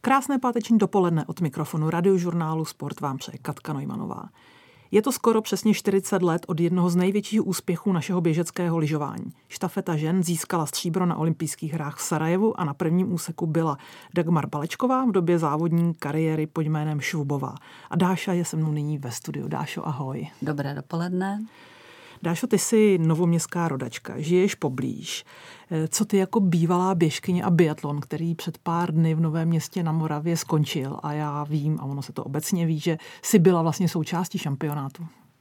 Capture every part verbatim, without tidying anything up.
Krásné páteční dopoledne od mikrofonu Radiožurnálu Sport vám přeje Katka Neumannová. Je to skoro přesně čtyřicet let od jednoho z největších úspěchů našeho běžeckého lyžování. Štafeta žen získala stříbro na olympijských hrách v Sarajevu a na prvním úseku byla Dagmar Palečková, v době závodní kariéry pod jménem Švubová. A Dáša je se mnou nyní ve studiu. Dášo, ahoj. Dobré dopoledne. Dášo, ty jsi novoměstská rodačka, žiješ poblíž. Co ty jako bývalá běžkyně a biatlon, který před pár dny v Novém Městě na Moravě skončil, a já vím, a ono se to obecně ví, že jsi byla vlastně součástí šampionátu.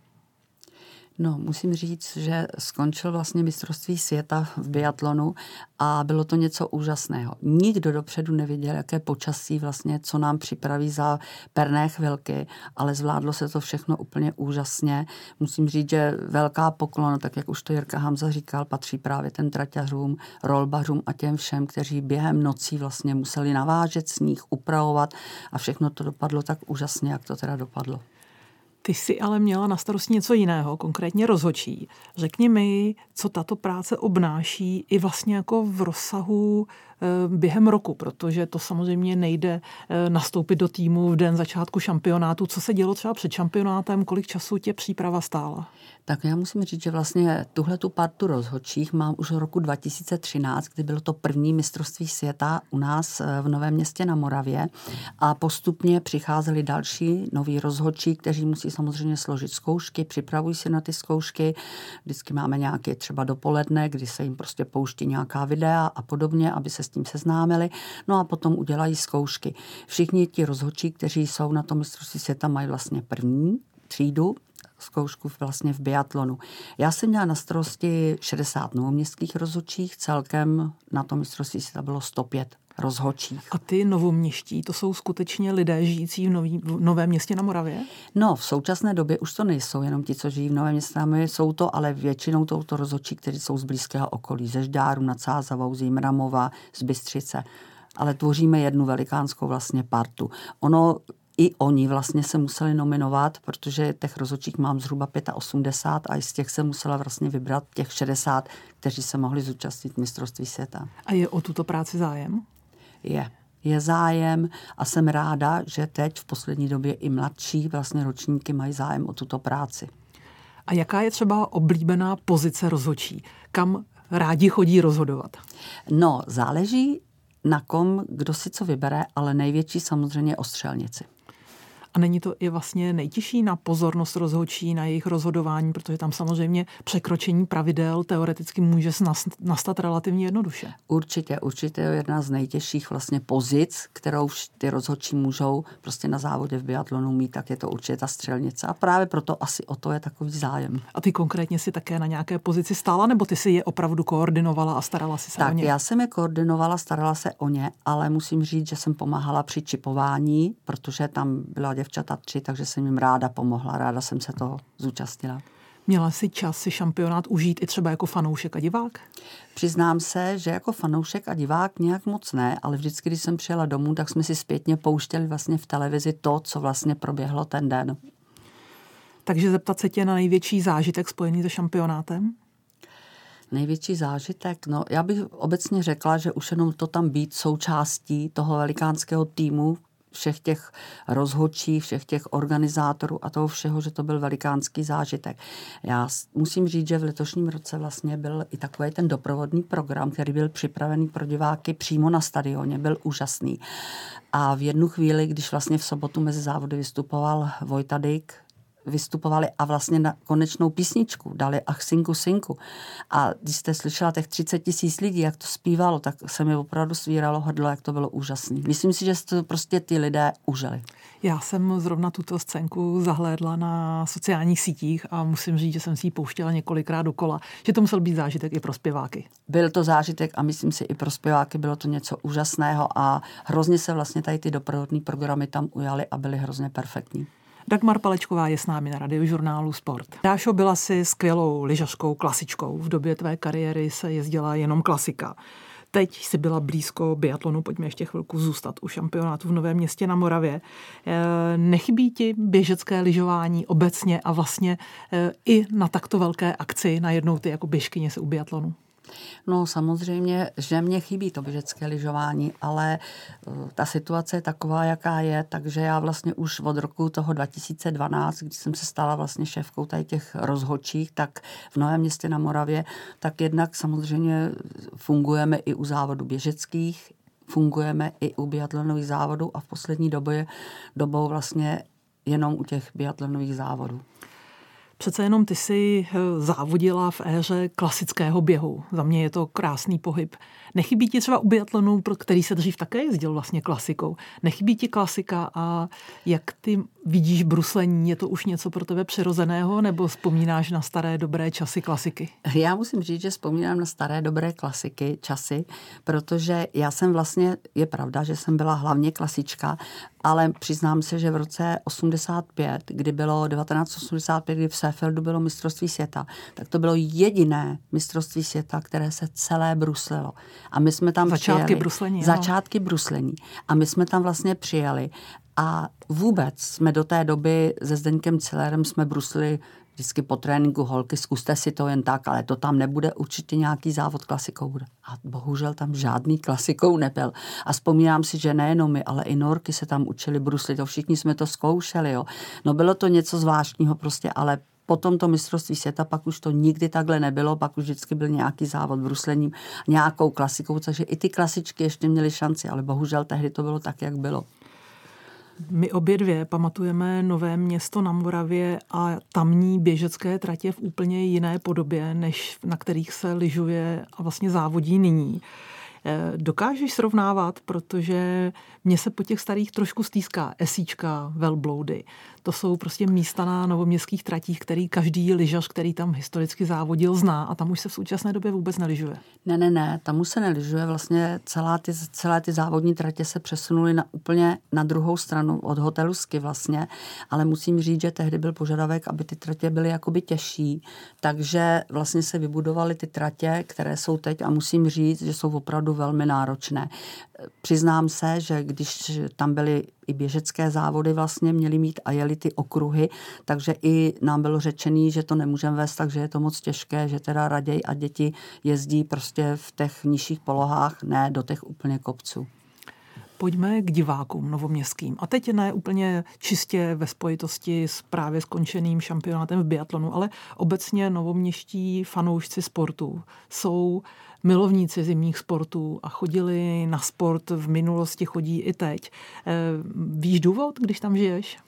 No, musím říct, že skončil vlastně mistrovství světa v biatlonu a bylo to něco úžasného. Nikdo dopředu nevěděl, jaké počasí vlastně, co nám připraví za perné chvilky, ale zvládlo se to všechno úplně úžasně. Musím říct, že velká poklona, tak jak už to Jirka Hamza říkal, patří právě ten traťařům, rolbařům a těm všem, kteří během nocí vlastně museli navážet sníh, upravovat a všechno to dopadlo tak úžasně, jak to teda dopadlo. Ty jsi ale měla na starosti něco jiného, konkrétně rozhodčí. Řekni mi, co tato práce obnáší i vlastně jako v rozsahu e, během roku, protože to samozřejmě nejde e, nastoupit do týmu v den začátku šampionátu. Co se dělo třeba před šampionátem, kolik času tě příprava stála? Tak já musím říct, že vlastně tuhle tu partu rozhodčích mám už v roku dva tisíce třináct, kdy bylo to první mistrovství světa u nás v Novém Městě na Moravě a postupně přicházeli další noví rozhodčí, kteří musí samozřejmě složit zkoušky, připravují se na ty zkoušky. Vždycky máme nějaké třeba dopoledne, kdy se jim prostě pouští nějaká videa a podobně, aby se s tím seznámili. No a potom udělají zkoušky. Všichni ti rozhodčí, kteří jsou na tom mistrovství světa, mají vlastně první třídu, zkoušku vlastně v biatlonu. Já jsem měla na starosti šedesát novoměstských rozhodčích, celkem na tom mistrovství světa bylo sto pět rozhodčích. A ty novoměští, to jsou skutečně lidé žijící v, nový, v Novém Městě na Moravě? No, v současné době už to nejsou jenom ti, co žijí v Novém Městě na Moravě, jsou to, ale většinou to, to rozhodčí, kteří jsou z blízkého okolí, ze Žďáru nad Sázavou, z Jimramova, z Bystřice. Ale tvoříme jednu velikánskou vlastně partu. Ono I oni vlastně se museli nominovat, protože těch rozhodčích mám zhruba osmdesát pět a i z těch se musela vlastně vybrat těch šedesát, kteří se mohli zúčastnit mistrovství světa. A je o tuto práci zájem? Je. Je zájem a jsem ráda, že teď v poslední době i mladší vlastně ročníky mají zájem o tuto práci. A jaká je třeba oblíbená pozice rozhodčí? Kam rádi chodí rozhodovat? No, záleží na kom, kdo si co vybere, ale největší samozřejmě o střelnici. A není to i vlastně nejtěžší na pozornost rozhodčí, na jejich rozhodování, protože tam samozřejmě překročení pravidel teoreticky může nastat relativně jednoduše. Určitě, určitě je jedna z nejtěžších vlastně pozic, kterou ty rozhodčí můžou prostě na závodě v biatlonu mít, tak je to určitě ta střelnice. A právě proto asi o to je takový zájem. A ty konkrétně si také na nějaké pozici stála, nebo ty si je opravdu koordinovala a starala si se tak, o ně? Tak, já jsem je koordinovala, starala se o ně, ale musím říct, že jsem pomáhala při čipování, protože tam byla děvčata tři, takže jsem jim ráda pomohla, ráda jsem se toho zúčastnila. Měla jsi čas si šampionát užít i třeba jako fanoušek a divák? Přiznám se, že jako fanoušek a divák nějak moc ne, ale vždycky, když jsem přijela domů, tak jsme si zpětně pouštěli vlastně v televizi to, co vlastně proběhlo ten den. Takže zeptat se tě na největší zážitek spojený se šampionátem? Největší zážitek? No, já bych obecně řekla, že už jenom to tam být součástí toho velikánského týmu, všech těch rozhodčí, všech těch organizátorů a toho všeho, že to byl velikánský zážitek. Já musím říct, že v letošním roce vlastně byl i takový ten doprovodný program, který byl připravený pro diváky přímo na stadioně, byl úžasný. A v jednu chvíli, když vlastně v sobotu mezi závody vystupoval Vojta Dyk, vystupovali a vlastně na konečnou písničku dali Ach sinku sinku. A když jste slyšela těch třicet tisíc lidí, jak to zpívalo, tak se mi opravdu svíralo hrdlo, jak to bylo úžasné. Myslím si, že to prostě ty lidé užili. Já jsem zrovna tuto scénku zahlédla na sociálních sítích a musím říct, že jsem si ji pouštěla několikrát dokola, že to musel být zážitek i pro zpěváky. Byl to zážitek a myslím si i pro zpěváky bylo to něco úžasného a hrozně se vlastně tady ty doprovodní programy tam ujaly a byly hrozně perfektní. Dagmar Palečková je s námi na Radiožurnálu Sport. Dášo, byla si skvělou lyžařskou klasičkou. V době tvé kariéry se jezdila jenom klasika. Teď si byla blízko biatlonu, pojďme ještě chvilku zůstat u šampionátu v Novém Městě na Moravě. Nechybí ti běžecké lyžování obecně a vlastně i na takto velké akci najednou ty jako běžkyně se u biatlonu? No samozřejmě, že mě chybí to běžecké lyžování, ale ta situace je taková, jaká je, takže já vlastně už od roku toho dva tisíce dvanáct, když jsem se stala vlastně šéfkou tady těch rozhodčích, tak v Novém Městě na Moravě, tak jednak samozřejmě fungujeme i u závodů běžeckých, fungujeme i u biatlonových závodů a v poslední době dobou vlastně jenom u těch biatlonových závodů. Přece jenom ty jsi závodila v éře klasického běhu. Za mě je to krásný pohyb. Nechybí ti třeba u biatlonu, pro který se dřív také jezdil vlastně klasikou, nechybí ti klasika a jak ty vidíš bruslení? Je to už něco pro tebe přirozeného nebo vzpomínáš na staré dobré časy klasiky? Já musím říct, že vzpomínám na staré dobré klasiky, časy, protože já jsem vlastně, je pravda, že jsem byla hlavně klasička, ale přiznám se, že v roce osmdesát pět, kdy bylo devatenáct osmdesát pět, kdy v Seefeldu bylo mistrovství světa, tak to bylo jediné mistrovství světa, které se celé bruslilo. A my jsme tam Začátky přijeli. bruslení. Začátky bruslení. A my jsme tam vlastně přijeli. A vůbec jsme do té doby se Zdeňkem Cillerem jsme bruslili vždycky po tréninku, holky, zkuste si to jen tak, ale to tam nebude určitě nějaký závod klasikou. A bohužel tam žádný klasikou nebyl. A vzpomínám si, že nejenom my, ale i Norky se tam učili bruslit. To všichni jsme to zkoušeli. Jo. No bylo to něco zvláštního prostě, ale po tomto mistrovství světa pak už to nikdy takhle nebylo, pak už vždycky byl nějaký závod bruslením, nějakou klasikou, takže i ty klasičky ještě měly šanci, ale bohužel tehdy to bylo tak, jak bylo. My obě dvě pamatujeme Nové Město na Moravě a tamní běžecké tratě v úplně jiné podobě, než na kterých se lyžuje a vlastně závodí nyní. Dokážeš srovnávat, protože mně se po těch starých trošku stýská esíčka, velbloudy. To jsou prostě místa na novoměstských tratích, který každý lyžař, který tam historicky závodil, zná a tam už se v současné době vůbec nelyžuje. Ne, ne, ne, tam už se nelyžuje. Vlastně celá ty, celé ty závodní tratě se přesunuly na, úplně na druhou stranu od hotelu Ski vlastně, ale musím říct, že tehdy byl požadavek, aby ty tratě byly jakoby těžší, takže vlastně se vybudovaly ty tratě, které jsou teď a musím říct, že jsou opravdu velmi náročné. Přiznám se, že když tam byly i běžecké závody vlastně měly mít a jeli ty okruhy, takže i nám bylo řečený, že to nemůžeme vést, takže je to moc těžké, že teda raději a děti jezdí prostě v těch nižších polohách, ne do těch úplně kopců. Pojďme k divákům novoměstským. A teď ne úplně čistě ve spojitosti s právě skončeným šampionátem v biatlonu, ale obecně novoměští fanoušci sportu jsou milovníci zimních sportů a chodili na sport v minulosti, chodí i teď. Víš důvod, když tam žiješ?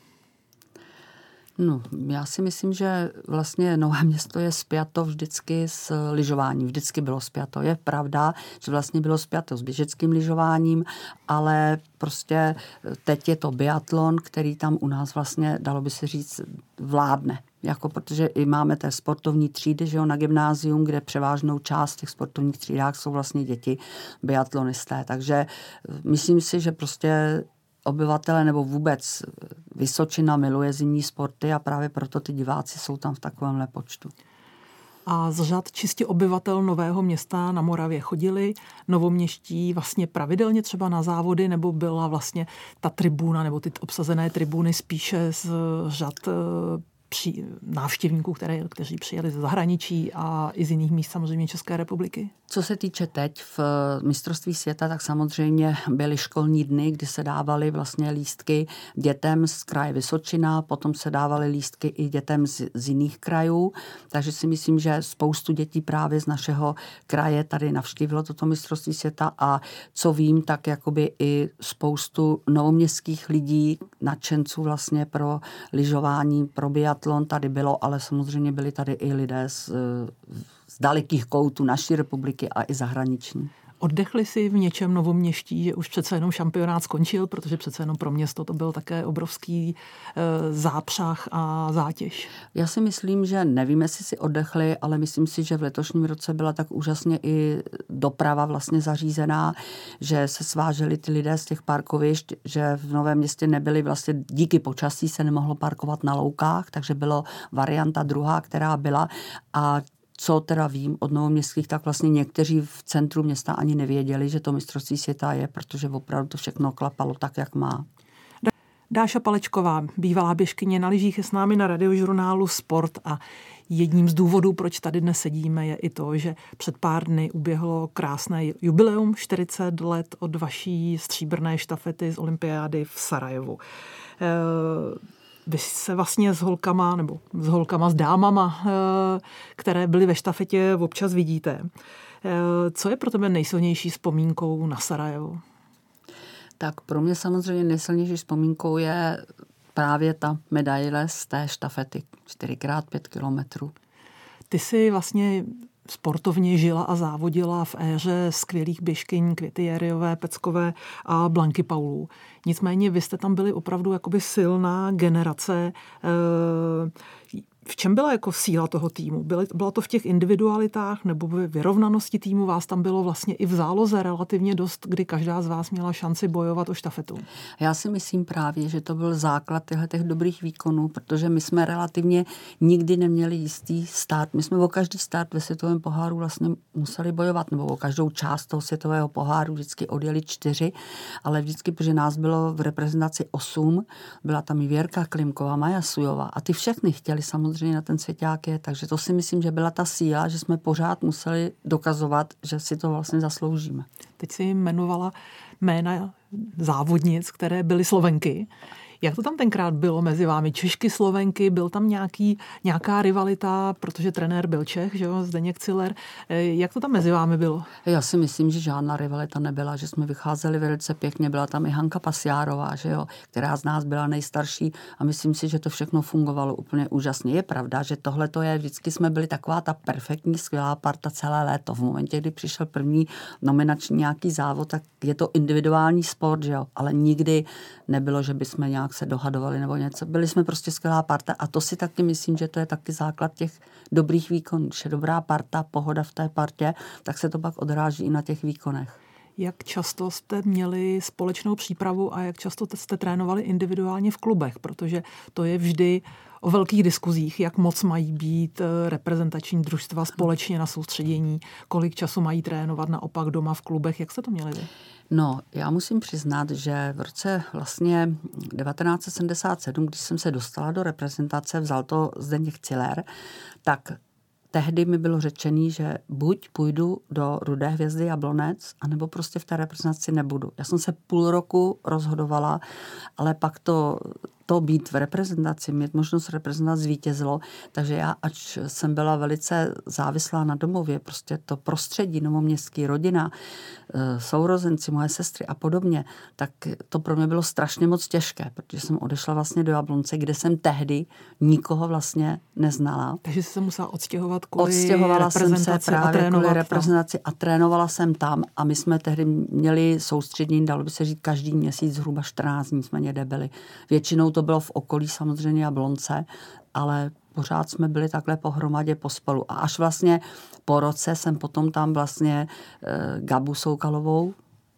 No, já si myslím, že vlastně Nové Město je spjato vždycky s lyžováním. Vždycky bylo spjato. Je pravda, že vlastně bylo spjato s běžeckým lyžováním, ale prostě teď je to biatlon, který tam u nás vlastně, dalo by se říct, vládne. Jako protože i máme té sportovní třídy, že jo, na gymnázium, kde převážnou část těch sportovních třídách jsou vlastně děti biatlonisté. Takže myslím si, že prostě obyvatele nebo vůbec Vysočina miluje zimní sporty a právě proto ty diváci jsou tam v takovémhle počtu. A z řad čistě obyvatel Nového Města na Moravě chodili novoměští vlastně pravidelně třeba na závody, nebo byla vlastně ta tribuna nebo ty obsazené tribuny spíše z řad při návštěvníků, které, kteří přijeli ze zahraničí a i z jiných míst samozřejmě České republiky? Co se týče teď v mistrovství světa, tak samozřejmě byly školní dny, kdy se dávaly vlastně lístky dětem z kraje Vysočina, potom se dávaly lístky i dětem z, z jiných krajů, takže si myslím, že spoustu dětí právě z našeho kraje tady navštívilo toto mistrovství světa a co vím, tak jakoby i spoustu novoměstských lidí, nadšenců vlastně pro lyžování, pro biatlon tady bylo, ale samozřejmě byli tady i lidé z, z dalekých koutů naší republiky a i zahraniční. Oddechli si v něčem novoměští, že už přece jenom šampionát skončil, protože přece jenom pro město to byl také obrovský e, zápřah a zátěž? Já si myslím, že nevím, jestli si oddechli, ale myslím si, že v letošním roce byla tak úžasně i doprava vlastně zařízená, že se sváželi ty lidé z těch parkovišť, že v Novém Městě nebyli vlastně díky počasí se nemohlo parkovat na loukách, takže byla varianta druhá, která byla a co teda vím od novoměstských, tak vlastně někteří v centru města ani nevěděli, že to mistrovství světa je, protože opravdu to všechno klapalo tak, jak má. Dáša Palečková, bývalá běžkyně na lyžích, je s námi na radiožurnálu Sport a Jedním z důvodů, proč tady dnes sedíme, je i to, že před pár dny uběhlo krásné jubileum, čtyřicet let od vaší stříbrné štafety z olympiády v Sarajevu. Vy se vlastně s holkama, nebo s holkama, s dámama, které byly ve štafetě, občas vidíte. Co je pro tebe nejsilnější vzpomínkou na Sarajevo? Tak pro mě samozřejmě nejsilnější vzpomínkou je právě ta medaile z té štafety. čtyři krát pět kilometrů. Ty jsi vlastně sportovně žila a závodila v éře skvělých běžkyň Květy Jeriové, Peckové a Blanky Paulů. Nicméně vy jste tam byli opravdu jakoby silná generace. V čem byla jako síla toho týmu? Byla to v těch individualitách nebo v vyrovnanosti týmu? Vás tam bylo vlastně i v záloze relativně dost, kdy každá z vás měla šanci bojovat o štafetu. Já si myslím právě, že to byl základ těch dobrých výkonů, protože my jsme relativně nikdy neměli jistý start. My jsme o každý start ve světovém poháru vlastně museli bojovat, nebo o každou část toho světového poháru vždycky odjeli čtyři, ale vždycky, protože nás bylo v reprezentaci osm, byla tam i Věrka Klimková, Maja Sujová a ty všechny chtěli samozřejmě na ten svěťák je, takže to si myslím, že byla ta síla, že jsme pořád museli dokazovat, že si to vlastně zasloužíme. Teď si jmenovala jména závodnic, které byly Slovenky. Jak to tam tenkrát bylo mezi vámi? Češky, Slovenky, byl tam nějaký, nějaká rivalita, protože trenér byl Čech, že jo, Zdeněk Ciller. Jak to tam mezi vámi bylo? Já si myslím, že žádná rivalita nebyla, že jsme vycházeli velice pěkně. Byla tam i Hanka Pasiárová, že jo, která z nás byla nejstarší a myslím si, že to všechno fungovalo úplně úžasně. Je pravda, že tohle to je, vždycky jsme byli taková ta perfektní, skvělá parta celé léto. V momentě, kdy přišel první nominační nějaký závod, tak je to individuální sport, že jo, ale nikdy nebylo, že bychom nějak se dohadovali nebo něco. Byli jsme prostě skvělá parta a to si taky myslím, že to je taky základ těch dobrých výkonů. Když je dobrá parta, pohoda v té partě, tak se to pak odráží i na těch výkonech. Jak často jste měli společnou přípravu a jak často jste trénovali individuálně v klubech? Protože to je vždy o velkých diskuzích, jak moc mají být reprezentační družstva společně na soustředění, kolik času mají trénovat naopak doma v klubech. Jak jste to měli vy? No, já musím přiznat, že v roce vlastně devatenáct set sedmdesát sedm, když jsem se dostala do reprezentace, vzal to Zdeněk Ciller, tak tehdy mi bylo řečený, že buď půjdu do Rudé hvězdy Jablonec, anebo prostě v té reprezentaci nebudu. Já jsem se půl roku rozhodovala, ale pak to, to být v reprezentaci, mít možnost reprezentovat zvítězilo, takže já, ač jsem byla velice závislá na domově, prostě to prostředí, novoměstský, rodina, sourozenci, moje sestry a podobně, tak to pro mě bylo strašně moc těžké, protože jsem odešla vlastně do Jablonce, kde jsem tehdy nikoho vlastně neznala. Takže jsi se musela odstěhovat kvůli Odstěhovala jsem se právě a kvůli reprezentaci a trénovala jsem tam a my jsme tehdy měli soustředění, dalo by se říct, každý měsíc zhruba čtrnáct dní jsme někde byli. Většinou to bylo v okolí samozřejmě Jablonce, ale pořád jsme byli takhle pohromadě pospolu. A až vlastně po roce jsem potom tam vlastně e, Gabu Soukalovou,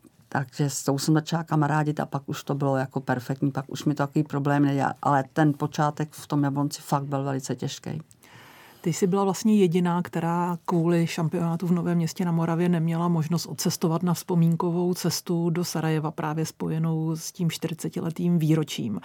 takže s tou jsem začala kamarádit a pak už to bylo jako perfektní, pak už mi to takový problém nedělal. Ale ten počátek v tom Jablonci fakt byl velice těžký. Ty jsi byla vlastně jediná, která kvůli šampionátu v Novém Městě na Moravě neměla možnost odcestovat na vzpomínkovou cestu do Sarajeva právě spojenou s tím čtyřicetiletým výročím.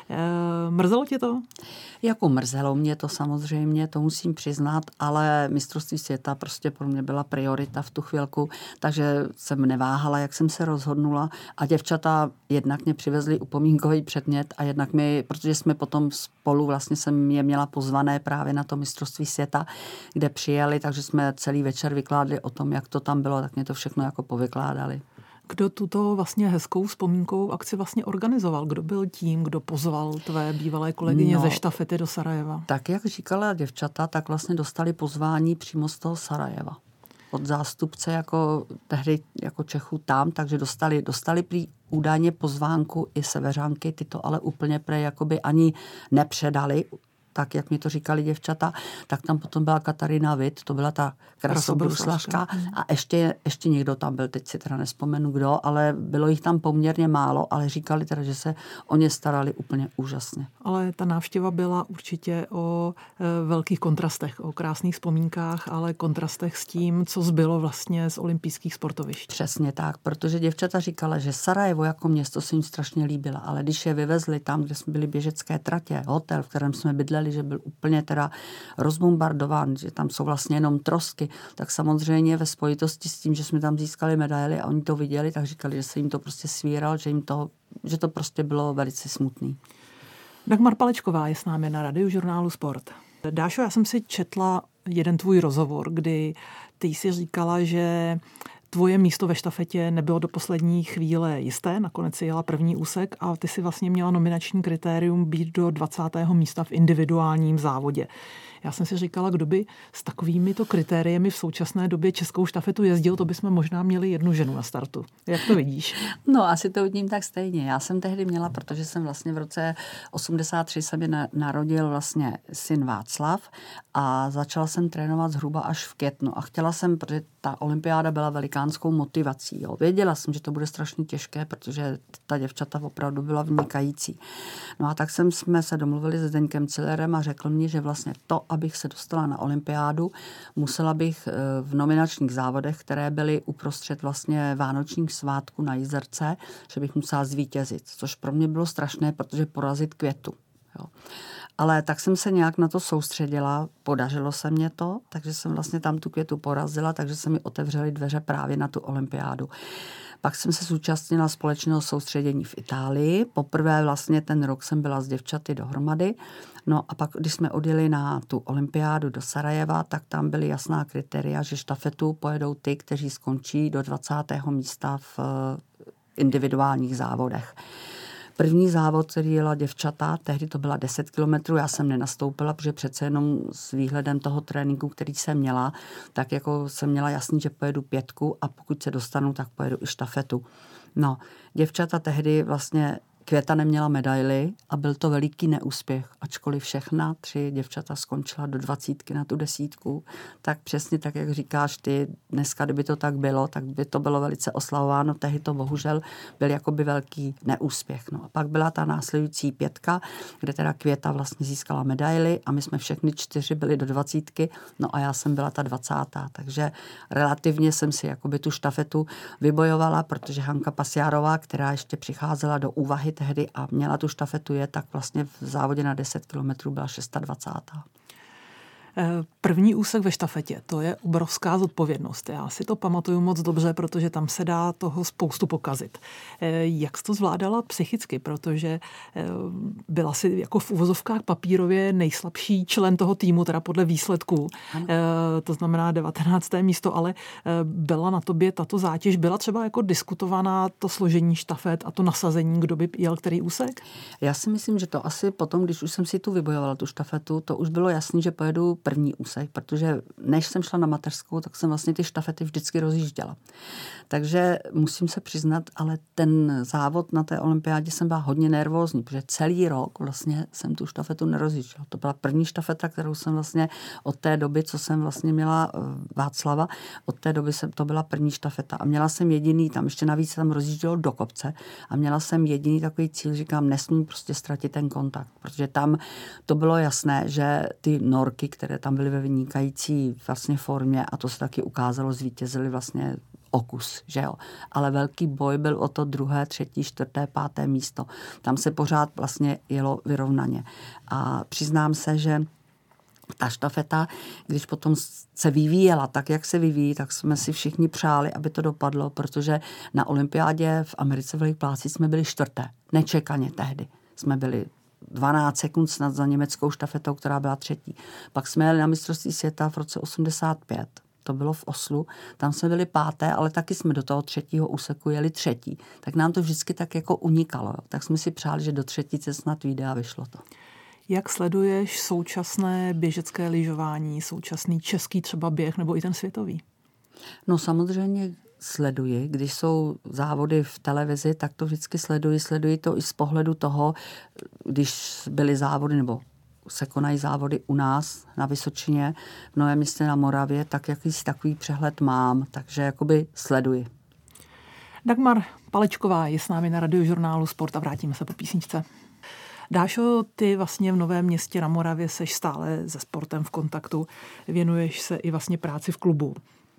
Mrzelo tě to? Jako mrzelo mě to samozřejmě, to musím přiznat, ale mistrovství světa prostě pro mě byla priorita v tu chvilku, takže jsem neváhala, jak jsem se rozhodnula a děvčata jednak mě přivezli upomínkový předmět a jednak mi, protože jsme potom spolu, vlastně jsem je měla pozvané právě na to mistrovství světa, kde přijeli, takže jsme celý večer vykládali o tom, jak to tam bylo, tak mě to všechno jako povykládali. Kdo tuto vlastně hezkou vzpomínkovou akci vlastně organizoval? Kdo byl tím, kdo pozval tvé bývalé kolegyně no, ze štafety do Sarajeva? Tak, jak říkala děvčata, tak vlastně dostali pozvání přímo z toho Sarajeva. Od zástupce jako tehdy jako Čechů tam, takže dostali, dostali prý údajně pozvánku i seveřanky, ty to ale úplně prej jakoby ani nepředali, tak, jak mi to říkali děvčata, tak tam potom byla Katarína Witt, to byla ta krasobruslařka a ještě, ještě někdo tam byl, teď si teda nespomenu kdo, ale bylo jich tam poměrně málo, ale říkali teda, že se o ně starali úplně úžasně. Ale ta návštěva byla určitě o e, velkých kontrastech, o krásných vzpomínkách, ale kontrastech s tím, co zbylo vlastně z olympijských sportovišť. Přesně tak, protože děvčata říkala, že Sarajevo jako město se jim strašně líbila, ale když je vyvezli tam, kde jsme byli běžecké tratě, hotel, v kterém jsme bydleli říkali, že byl úplně teda rozbombardován, že tam jsou vlastně jenom trosky, tak samozřejmě ve spojitosti s tím, že jsme tam získali medaily a oni to viděli, tak říkali, že se jim to prostě svíral, že jim to, že to prostě bylo velice smutný. Dagmar Palečková je s námi na Radiožurnálu Sport. Dášo, já jsem si četla jeden tvůj rozhovor, kdy ty jsi říkala, že tvoje místo ve štafetě nebylo do poslední chvíle jisté, nakonec si jela první úsek a ty si vlastně měla nominační kritérium být do dvacátého místa v individuálním závodě. Já jsem si říkala, kdo by s takovými to kritériemi v současné době českou štafetu jezdil, to bychom možná měli jednu ženu na startu. Jak to vidíš? No, asi to vidím tak stejně. Já jsem tehdy měla, protože jsem vlastně v roce osmdesát tři se mi narodil vlastně syn Václav a začala jsem trénovat zhruba až v květnu a chtěla jsem, protože ta olympiáda byla velikánskou motivací. Jo. Věděla jsem, že to bude strašně těžké, protože ta děvčata opravdu byla vynikající. No a tak jsem, jsme se domluvili s Zdeňkem Cillerem a řekl mi, že vlastně to, abych se dostala na olympiádu, musela bych v nominačních závodech, které byly uprostřed vlastně vánočních svátků na Jizerce, že bych musela zvítězit, což pro mě bylo strašné, protože porazit Květu. Jo. Ale tak jsem se nějak na to soustředila, podařilo se mě to, takže jsem vlastně tam tu Květu porazila, takže se mi otevřely dveře právě na tu olympiádu. Pak jsem se zúčastnila společného soustředění v Itálii. Poprvé vlastně ten rok jsem byla s děvčaty dohromady. No a pak, když jsme odjeli na tu olympiádu do Sarajeva, tak tam byly jasná kritéria, že štafetu pojedou ty, kteří skončí do dvacátého místa v individuálních závodech. První závod, který jela děvčata, tehdy to byla deset kilometrů, já jsem nenastoupila, protože přece jenom s výhledem toho tréninku, který jsem měla, tak jako jsem měla jasný, že pojedu pětku a pokud se dostanu, tak pojedu i štafetu. No, děvčata tehdy vlastně Květa neměla medaily a byl to veliký neúspěch. Ačkoliv všechna tři děvčata skončila do dvacítky na tu desítku, tak přesně tak, jak říkáš ty, dneska, kdyby to tak bylo, tak by to bylo velice oslavováno. Tehdy to bohužel byl jakoby velký neúspěch. No a pak byla ta následující pětka, kde teda Květa vlastně získala medaily a my jsme všechny čtyři byli do dvacítky, no a já jsem byla ta dvacátá. Takže relativně jsem si jakoby tu štafetu vybojovala, protože Hanka Pasiárová, která ještě přicházela do úvahy tehdy a měla tu štafetu je, tak vlastně v závodě na deset kilometrů byla dvacátá šestá. První úsek ve štafetě, to je obrovská zodpovědnost. Já si to pamatuju moc dobře, protože tam se dá toho spoustu pokazit. Jak jsi to zvládala psychicky, protože byla si jako v uvozovkách papírově nejslabší člen toho týmu, teda podle výsledků. Ano. To znamená devatenácté místo, ale byla na tobě tato zátěž, byla třeba jako diskutovaná to složení štafet a to nasazení, kdo by jel který úsek? Já si myslím, že to asi potom, když už jsem si tu vybojovala tu štafetu, to už bylo jasný, že pojedu první úsek, protože než jsem šla na mateřskou, tak jsem vlastně ty štafety vždycky rozjížděla. Takže musím se přiznat, ale ten závod na té olympiádě jsem byla hodně nervózní, protože celý rok vlastně jsem tu štafetu nerozjížděla. To byla první štafeta, kterou jsem vlastně od té doby, co jsem vlastně měla Václava, od té doby jsem, to byla první štafeta. A měla jsem jediný, tam ještě navíc tam rozjíždělo do kopce a měla jsem jediný takový cíl, říkám, nesmím prostě ztratit ten kontakt, protože tam to bylo jasné, že ty norky, které tam byly ve vynikající vlastně formě a to se taky ukázalo, zvítězili vlastně o kus, že jo. Ale velký boj byl o to druhé, třetí, čtvrté, páté místo. Tam se pořád vlastně jelo vyrovnaně. A přiznám se, že ta štafeta, když potom se vyvíjela tak, jak se vyvíjí, tak jsme si všichni přáli, aby to dopadlo, protože na olympiádě v Americe v Pláci jsme byli čtvrté. Nečekaně tehdy. Jsme byli dvanáct sekund snad za německou štafetou, která byla třetí. Pak jsme jeli na mistrovství světa v roce osmdesát pět. To bylo v Oslu. Tam jsme byli páté, ale taky jsme do toho třetího úseku jeli třetí. Tak nám to vždycky tak jako unikalo. Jo. Tak jsme si přáli, že do třetíce snad vyjde a vyšlo to. Jak sleduješ současné běžecké lyžování, současný český třeba běh nebo i ten světový? No samozřejmě sleduji. Když jsou závody v televizi, tak to vždycky sleduji. Sleduji to i z pohledu toho, když byly závody nebo se konají závody u nás na Vysočině, v Novém Městě na Moravě, tak jakýsi takový přehled mám, takže jakoby sleduji. Dagmar Palečková je s námi na Radiožurnálu Sport a vrátíme se po písničce. Dášo, ty vlastně v Novém Městě na Moravě seš stále se sportem v kontaktu, věnuješ se i vlastně práci v klubu.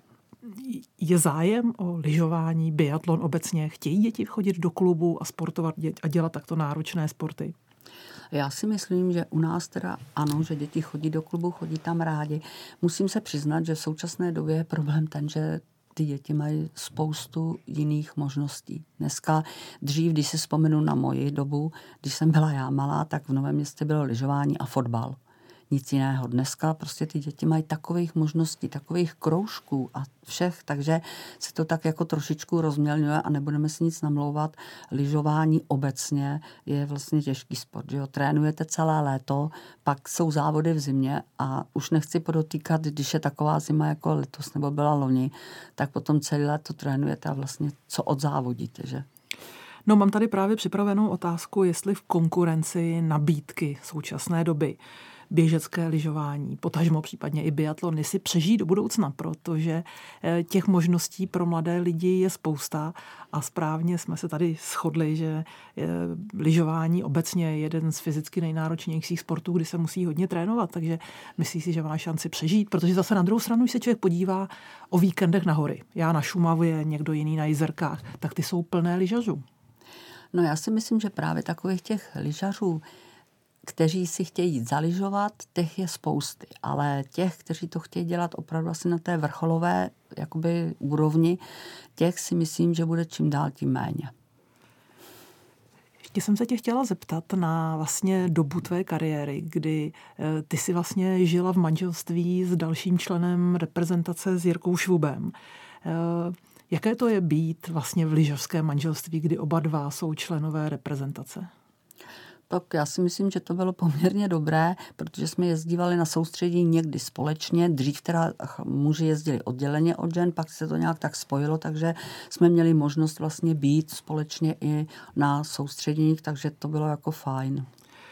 Je zájem o lyžování, biatlon obecně? Chtějí děti chodit do klubu a sportovat a dělat takto náročné sporty? Já si myslím, že u nás teda ano, že děti chodí do klubu, chodí tam rádi. Musím se přiznat, že v současné době je problém ten, že ty děti mají spoustu jiných možností. Dneska, dřív, když si vzpomenu na moji dobu, když jsem byla já malá, tak v Novém Městě bylo lyžování a fotbal. Nic jiného. Dneska prostě ty děti mají takových možností, takových kroužků a všech, takže se to tak jako trošičku rozmělňuje a nebudeme si nic namlouvat. Lyžování obecně je vlastně těžký sport, že jo. Trénujete celé léto, pak jsou závody v zimě a už nechci podotýkat, když je taková zima jako letos nebo byla loni, tak potom celé léto trénujete a vlastně co odzávodíte, že? No, mám tady právě připravenou otázku, jestli v konkurenci nabídky současné doby běžecké lyžování, potažmo případně i biatlony si přežijí do budoucna, protože těch možností pro mladé lidi je spousta a správně jsme se tady shodli, že lyžování obecně je jeden z fyzicky nejnáročnějších sportů, kdy se musí hodně trénovat, takže myslí si, že má šanci přežít, protože zase na druhou stranu, když se člověk podívá o víkendech na hory, já na Šumavě, někdo jiný na Jizerkách, tak ty jsou plné lyžařů. No já si myslím, že právě takových těch lyžařů, kteří si chtějí jít zalyžovat, těch je spousty, ale těch, kteří to chtějí dělat opravdu asi na té vrcholové jakoby úrovni, těch si myslím, že bude čím dál tím méně. Ještě jsem se tě chtěla zeptat na vlastně dobu tvé kariéry, kdy ty si vlastně žila v manželství s dalším členem reprezentace s Jirkou Švubem. Jaké to je být vlastně v lyžařském manželství, kdy oba dva jsou členové reprezentace? Tak já si myslím, že to bylo poměrně dobré, protože jsme jezdívali na soustředění někdy společně. Dřív teda muži jezdili odděleně od žen, pak se to nějak tak spojilo, takže jsme měli možnost vlastně být společně i na soustředěních, takže to bylo jako fajn.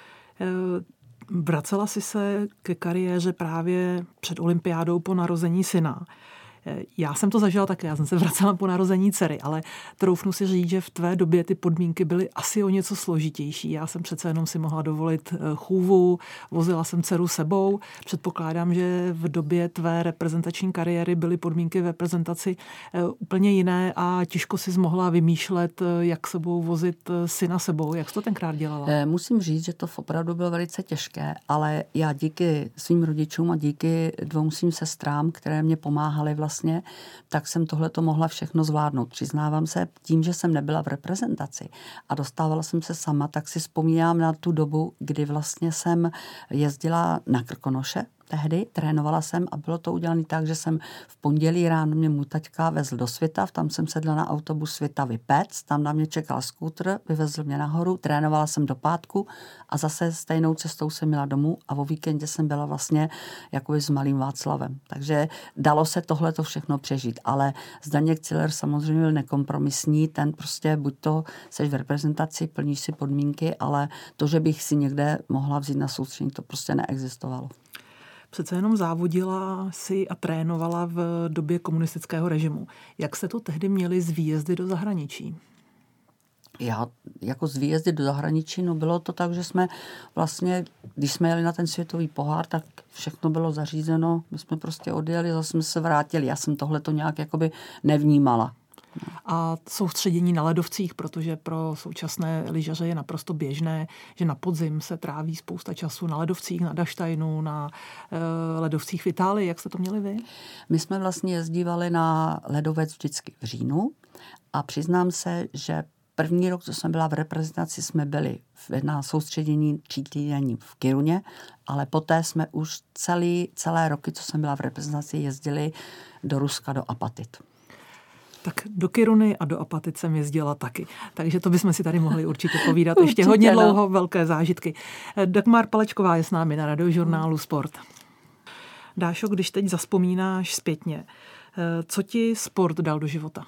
Vracela jsi se ke kariéře právě před olympiádou po narození syna. Já jsem to zažila také, já jsem se vracela po narození dcery, ale troufnu si říct, že v tvé době ty podmínky byly asi o něco složitější. Já jsem přece jenom si mohla dovolit chůvu, vozila jsem dceru sebou. Předpokládám, že v době tvé reprezentační kariéry byly podmínky v reprezentaci úplně jiné a těžko si mohla vymýšlet, jak sebou vozit syna sebou. Jak jsi to tenkrát dělala? Musím říct, že to opravdu bylo velice těžké, ale já díky svým rodičům a díky dvou svým sestrám, které mě pomáhaly vlastně Vlastně, tak jsem tohleto mohla všechno zvládnout. Přiznávám se, tím, že jsem nebyla v reprezentaci a dostávala jsem se sama, tak si vzpomínám na tu dobu, kdy vlastně jsem jezdila na Krkonoše tehdy, trénovala jsem a bylo to udělané tak, že jsem v pondělí ráno mě můj taťka vezl do Svitav, tam jsem sedla na autobus Svitavy Pec, tam na mě čekal skútr, vyvezl mě nahoru, trénovala jsem do pátku a zase stejnou cestou jsem měla domů a o víkendě jsem byla vlastně jakoby s malým Václavem. Takže dalo se tohleto všechno přežít, ale Zdeněk Ciller samozřejmě byl nekompromisní, ten prostě buď to seš v reprezentaci, plníš si podmínky, ale to, že bych si někde mohla vzít na soustředění, to prostě neexistovalo. Přece jenom závodila si a trénovala v době komunistického režimu. Jak se to tehdy měli z výjezdy do zahraničí? Já jako z výjezdy do zahraničí, no bylo to tak, že jsme vlastně, když jsme jeli na ten světový pohár, tak všechno bylo zařízeno, my jsme prostě odjeli, zase jsme se vrátili. Já jsem tohle to nějak jakoby nevnímala. A soustředění na ledovcích, protože pro současné lyžaře je naprosto běžné, že na podzim se tráví spousta času na ledovcích, na Daštajnu, na uh, ledovcích v Itálii. Jak jste to měli vy? My jsme vlastně jezdívali na ledovec vždycky v říjnu a přiznám se, že první rok, co jsem byla v reprezentaci, jsme byli na soustředění třídídenní v Kiruně, ale poté jsme už celý, celé roky, co jsem byla v reprezentaci, jezdili do Ruska, do Apatit. Tak do Kiruny a do Apatit jsem jezdila taky. Takže to bychom si tady mohli určitě povídat ještě hodně dlouho, velké zážitky. Dagmar Palečková je s námi na Radiožurnálu Sport. Dášo, když teď zavzpomínáš zpětně, co ti sport dal do života?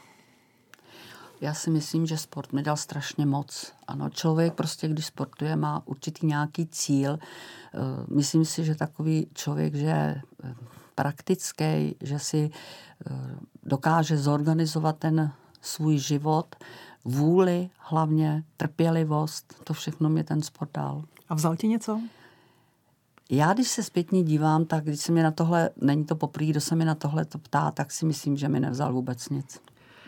Já si myslím, že sport mi dal strašně moc. Ano, člověk prostě, když sportuje, má určitý nějaký cíl. Myslím si, že takový člověk, že je praktický, že si dokáže zorganizovat ten svůj život, vůli hlavně, trpělivost, to všechno mě ten sport dal. A vzal ti něco? Já, když se zpětně dívám, tak když se mě na tohle, není to poprvé, kdo se mě na tohle to ptá, tak si myslím, že mi nevzal vůbec nic.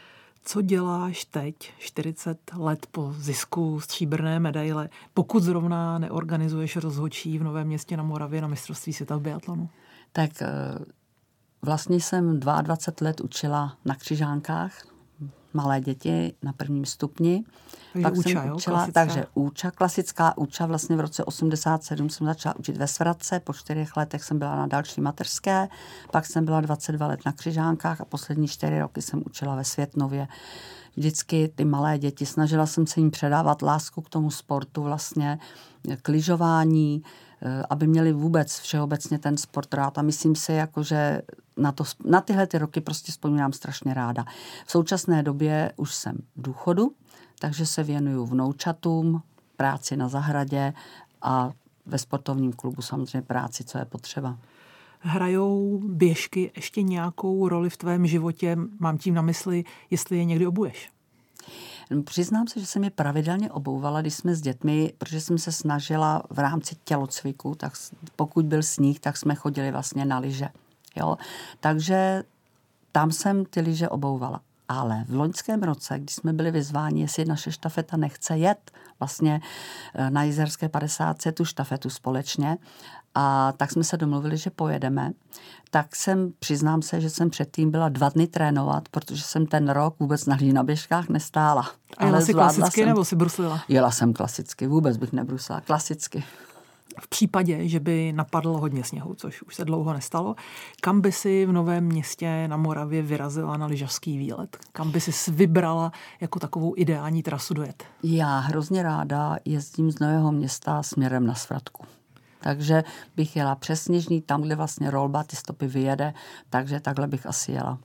Co děláš teď, čtyřicet let po zisku stříbrné medaile, pokud zrovna neorganizuješ rozhodčí v Novém Městě na Moravě na mistrovství světa v biatlonu? Tak vlastně jsem dvacet dva let učila na křižánkách malé děti na prvním stupni. Takže Pak úča, jsem jo? učila, Klasická. takže úča, klasická úča. Vlastně v roce osmdesát sedm jsem začala učit ve Svratce, po čtyřech letech jsem byla na další mateřské, pak jsem byla dvacet dva let na křižánkách a poslední čtyři roky jsem učila ve Světnově. Vždycky ty malé děti, snažila jsem se jim předávat lásku k tomu sportu, vlastně k lyžování, aby měli vůbec všeobecně ten sport rád. A myslím si, jako, že na, to, na tyhle ty roky prostě vzpomínám strašně ráda. V současné době už jsem v důchodu, takže se věnuju vnoučatům, práci na zahradě a ve sportovním klubu samozřejmě práci, co je potřeba. Hrajou běžky ještě nějakou roli v tvém životě? Mám tím na mysli, jestli je někdy obuješ. Přiznám se, že jsem je pravidelně obouvala, když jsme s dětmi, protože jsem se snažila v rámci tělocviku, tak pokud byl sníh, tak jsme chodili vlastně na lyže. Jo? Takže tam jsem ty lyže obouvala. Ale v loňském roce, když jsme byli vyzváni, jestli naše štafeta nechce jet vlastně na Jizerské padesátce tu štafetu společně, a tak jsme se domluvili, že pojedeme, tak jsem, přiznám se, že jsem předtím byla dva dny trénovat, protože jsem ten rok vůbec na, na běžkách nestála. A jela ale jsi klasicky jsem, nebo si bruslila? Jela jsem klasicky, vůbec bych nebrusila, klasicky. V případě, že by napadlo hodně sněhu, což už se dlouho nestalo, kam by si v Novém Městě na Moravě vyrazila na lyžařský výlet? Kam by si vybrala jako takovou ideální trasu dojet? Já hrozně ráda jezdím z Nového Města směrem na Svratku. Takže bych jela přes Sněžný, tam, kde vlastně rolba ty stopy vyjede, takže takhle bych asi jela.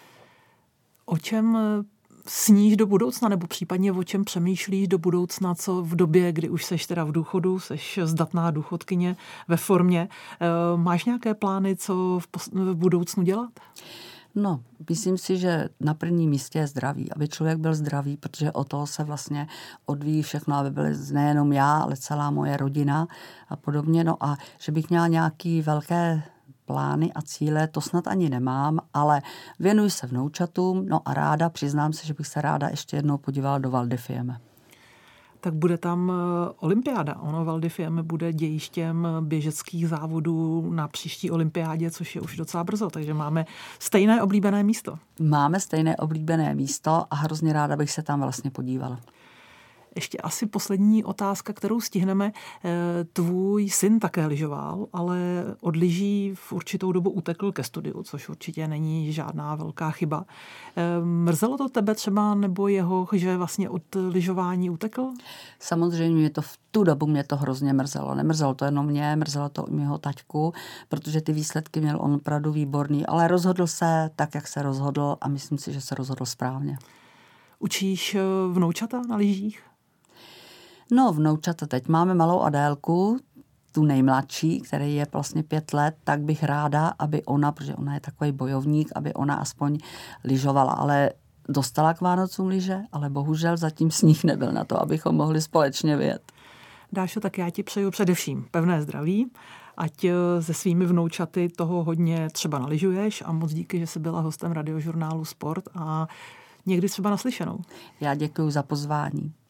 O čem sníš do budoucna, nebo případně o čem přemýšlíš do budoucna, co v době, kdy už seš teda v důchodu, seš zdatná důchodkyně ve formě. Máš nějaké plány, co v, pos- v budoucnu dělat? No, myslím si, že na prvním místě je zdraví, aby člověk byl zdravý, protože o toho se vlastně odvíjí všechno, aby byli nejenom já, ale celá moje rodina a podobně. No a že bych měla nějaký velké plány a cíle, to snad ani nemám, ale věnuji se vnoučatům, no a ráda, přiznám se, že bych se ráda ještě jednou podívala do Val di Fiemme. Tak bude tam olympiáda. Ono Val di Fiemme bude dějištěm běžeckých závodů na příští olympiádě, což je už docela brzo, takže máme stejné oblíbené místo. Máme stejné oblíbené místo a hrozně ráda bych se tam vlastně podívala. Ještě asi poslední otázka, kterou stihneme. Tvůj syn také lyžoval, ale od lyží v určitou dobu utekl ke studiu, což určitě není žádná velká chyba. Mrzelo to tebe třeba nebo jeho, že vlastně od lyžování utekl? Samozřejmě mě to v tu dobu mě to hrozně mrzelo. Nemrzelo to jenom mě, mrzelo to i mého taťku, protože ty výsledky měl on opravdu výborný, ale rozhodl se tak, jak se rozhodl a myslím si, že se rozhodl správně. Učíš vnoučata na lyžích? No, vnoučata, teď máme malou Adélku, tu nejmladší, který je vlastně pět let, tak bych ráda, aby ona, protože ona je takový bojovník, aby ona aspoň lyžovala, ale dostala k Vánocům lyže, ale bohužel zatím sníh nebyl na to, abychom mohli společně vyjet. Dášo, tak já ti přeju především pevné zdraví, ať se svými vnoučaty toho hodně třeba nalyžuješ a moc díky, že jsi byla hostem Radiožurnálu Sport a někdy třeba naslyšenou. Já děkuji za pozvání.